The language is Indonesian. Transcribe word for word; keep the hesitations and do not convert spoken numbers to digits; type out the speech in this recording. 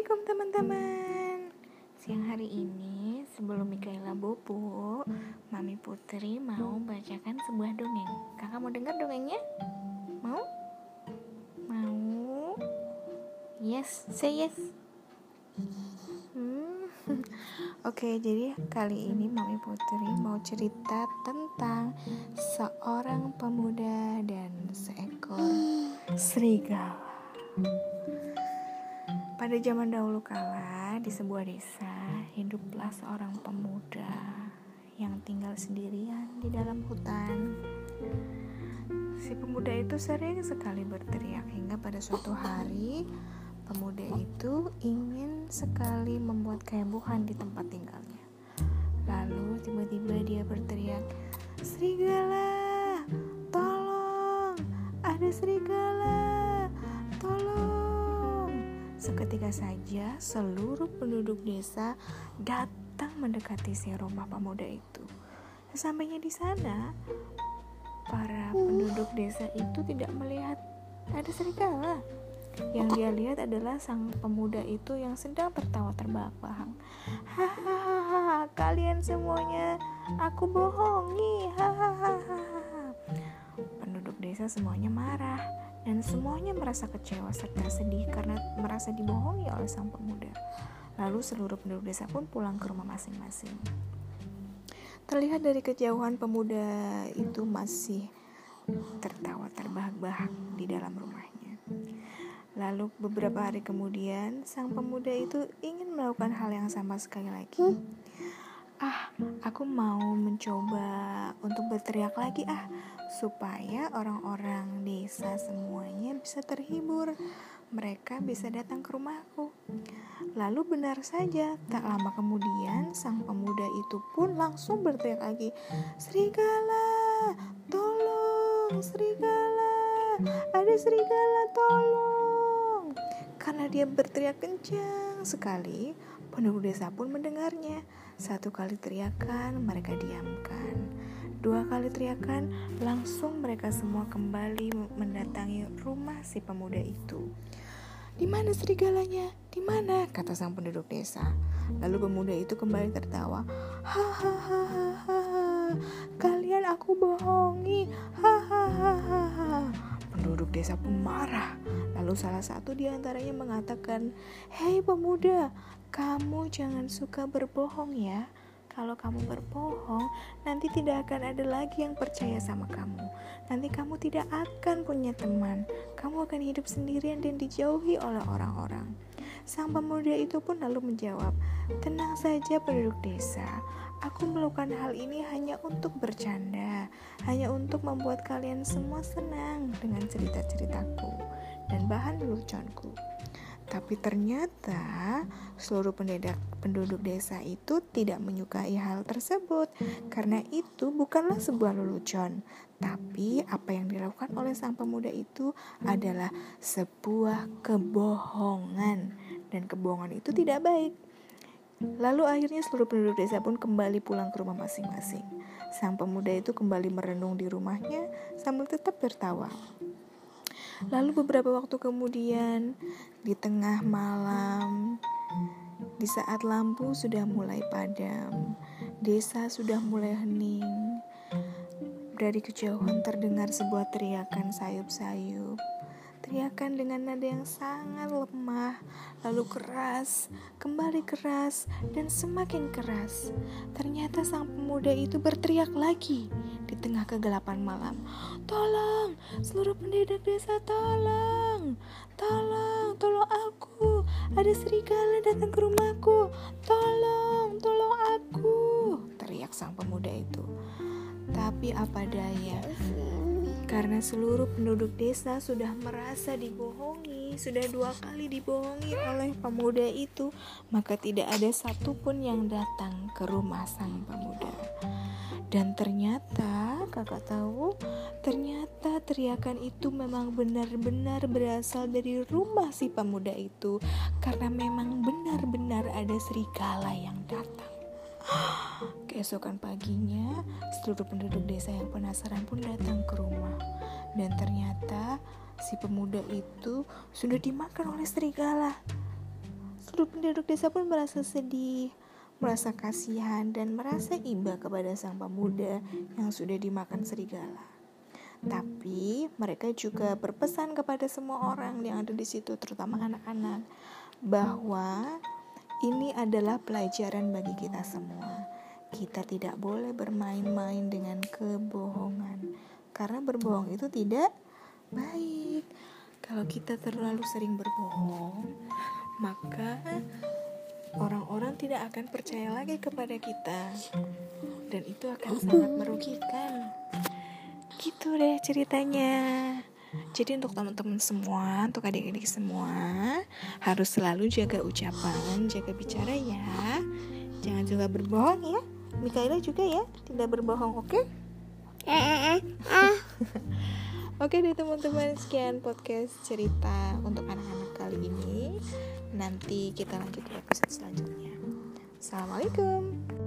Assalamualaikum teman-teman. Siang hari ini sebelum Mikaela bobo, Mami Putri mau bacakan sebuah dongeng. Kakak mau dengar dongengnya? Mau? Mau? Yes, say yes. Hmm. Oke, jadi kali ini Mami Putri mau cerita tentang seorang pemuda dan seekor serigala. Pada zaman dahulu kala, di sebuah desa, hiduplah seorang pemuda yang tinggal sendirian di dalam hutan. Si pemuda itu sering sekali berteriak hingga pada suatu hari, pemuda itu ingin sekali membuat kehebohan di tempat tinggalnya. Lalu tiba-tiba dia berteriak, "Serigala, tolong! Ada serigala, tolong!" Seketika saja seluruh penduduk desa datang mendekati si rumah pemuda itu. Sesampainya di sana, para penduduk desa itu tidak melihat ada serigala. Yang dia lihat adalah sang pemuda itu yang sedang tertawa terbahak-bahak. "Hahaha, kalian semuanya aku bohongi. Hahaha." Penduduk desa semuanya marah dan semuanya merasa kecewa serta sedih karena merasa dibohongi oleh sang pemuda. Lalu seluruh penduduk desa pun pulang ke rumah masing-masing. Terlihat dari kejauhan pemuda itu masih tertawa terbahak-bahak di dalam rumahnya. Lalu beberapa hari kemudian sang pemuda itu ingin melakukan hal yang sama sekali lagi. Ah, aku mau mencoba untuk berteriak lagi ah, supaya orang-orang desa semuanya bisa terhibur. Mereka bisa datang ke rumahku. Lalu benar saja, tak lama kemudian sang pemuda itu pun langsung berteriak lagi, "Serigala, tolong, serigala, ada serigala, tolong." Karena dia berteriak kencang sekali, penduduk desa pun mendengarnya. Satu kali teriakan, mereka diamkan. Dua kali teriakan, langsung mereka semua kembali mendatangi rumah si pemuda itu. "Di mana serigalanya? Di mana?" kata sang penduduk desa. Lalu pemuda itu kembali tertawa. "Hahaha, kalian aku bohongi. Hahaha." Penduduk desa pun marah. Lalu salah satu di antaranya mengatakan, "Hei pemuda, kamu jangan suka berbohong ya. Kalau kamu berbohong, nanti tidak akan ada lagi yang percaya sama kamu. Nanti kamu tidak akan punya teman. Kamu akan hidup sendirian dan dijauhi oleh orang-orang." Sang pemuda itu pun lalu menjawab, "Tenang saja penduduk desa. Aku melakukan hal ini hanya untuk bercanda, hanya untuk membuat kalian semua senang dengan cerita-ceritaku dan bahan leluconku." Tapi ternyata seluruh penduduk, penduduk desa itu tidak menyukai hal tersebut, karena itu bukanlah sebuah lelucon. Tapi apa yang dilakukan oleh sang pemuda itu adalah sebuah kebohongan, dan kebohongan itu tidak baik. Lalu akhirnya seluruh penduduk desa pun kembali pulang ke rumah masing-masing. Sang pemuda itu kembali merenung di rumahnya sambil tetap tertawa. Lalu beberapa waktu kemudian, di tengah malam, di saat lampu sudah mulai padam, desa sudah mulai hening, dari kejauhan terdengar sebuah teriakan sayup-sayup. Teriakan dengan nada yang sangat lemah, lalu keras, kembali keras, dan semakin keras. Ternyata sang pemuda itu berteriak lagi di tengah kegelapan malam, "Tolong, seluruh penduduk desa, tolong, tolong, tolong aku, ada serigala datang ke rumahku, tolong, tolong aku," teriak sang pemuda itu. Tapi apa daya, karena seluruh penduduk desa sudah merasa dibohongi, sudah dua kali dibohongi oleh pemuda itu, maka tidak ada satupun yang datang ke rumah sang pemuda. Dan ternyata, kakak tahu, ternyata teriakan itu memang benar-benar berasal dari rumah si pemuda itu, karena memang benar-benar ada serigala yang datang. Keesokan paginya, seluruh penduduk desa yang penasaran pun datang ke rumah. Dan ternyata si pemuda itu sudah dimakan oleh serigala. Seluruh penduduk desa pun merasa sedih, merasa kasihan, dan merasa iba kepada sang pemuda yang sudah dimakan serigala. Tapi mereka juga berpesan kepada semua orang yang ada di situ, terutama anak-anak, bahwa ini adalah pelajaran bagi kita semua. Kita tidak boleh bermain-main dengan kebohongan, karena berbohong itu tidak baik. Kalau kita terlalu sering berbohong, maka orang-orang tidak akan percaya lagi kepada kita, dan itu akan sangat merugikan. Gitu deh ceritanya. Jadi untuk teman-teman semua, untuk adik-adik semua, harus selalu jaga ucapan, jaga bicara ya. Jangan juga berbohong ya. Mikaela juga ya, tidak berbohong, oke? Okay? Oke deh teman-teman, sekian podcast cerita untuk anak-anak kali ini. Nanti kita lanjut di episode selanjutnya. Assalamualaikum.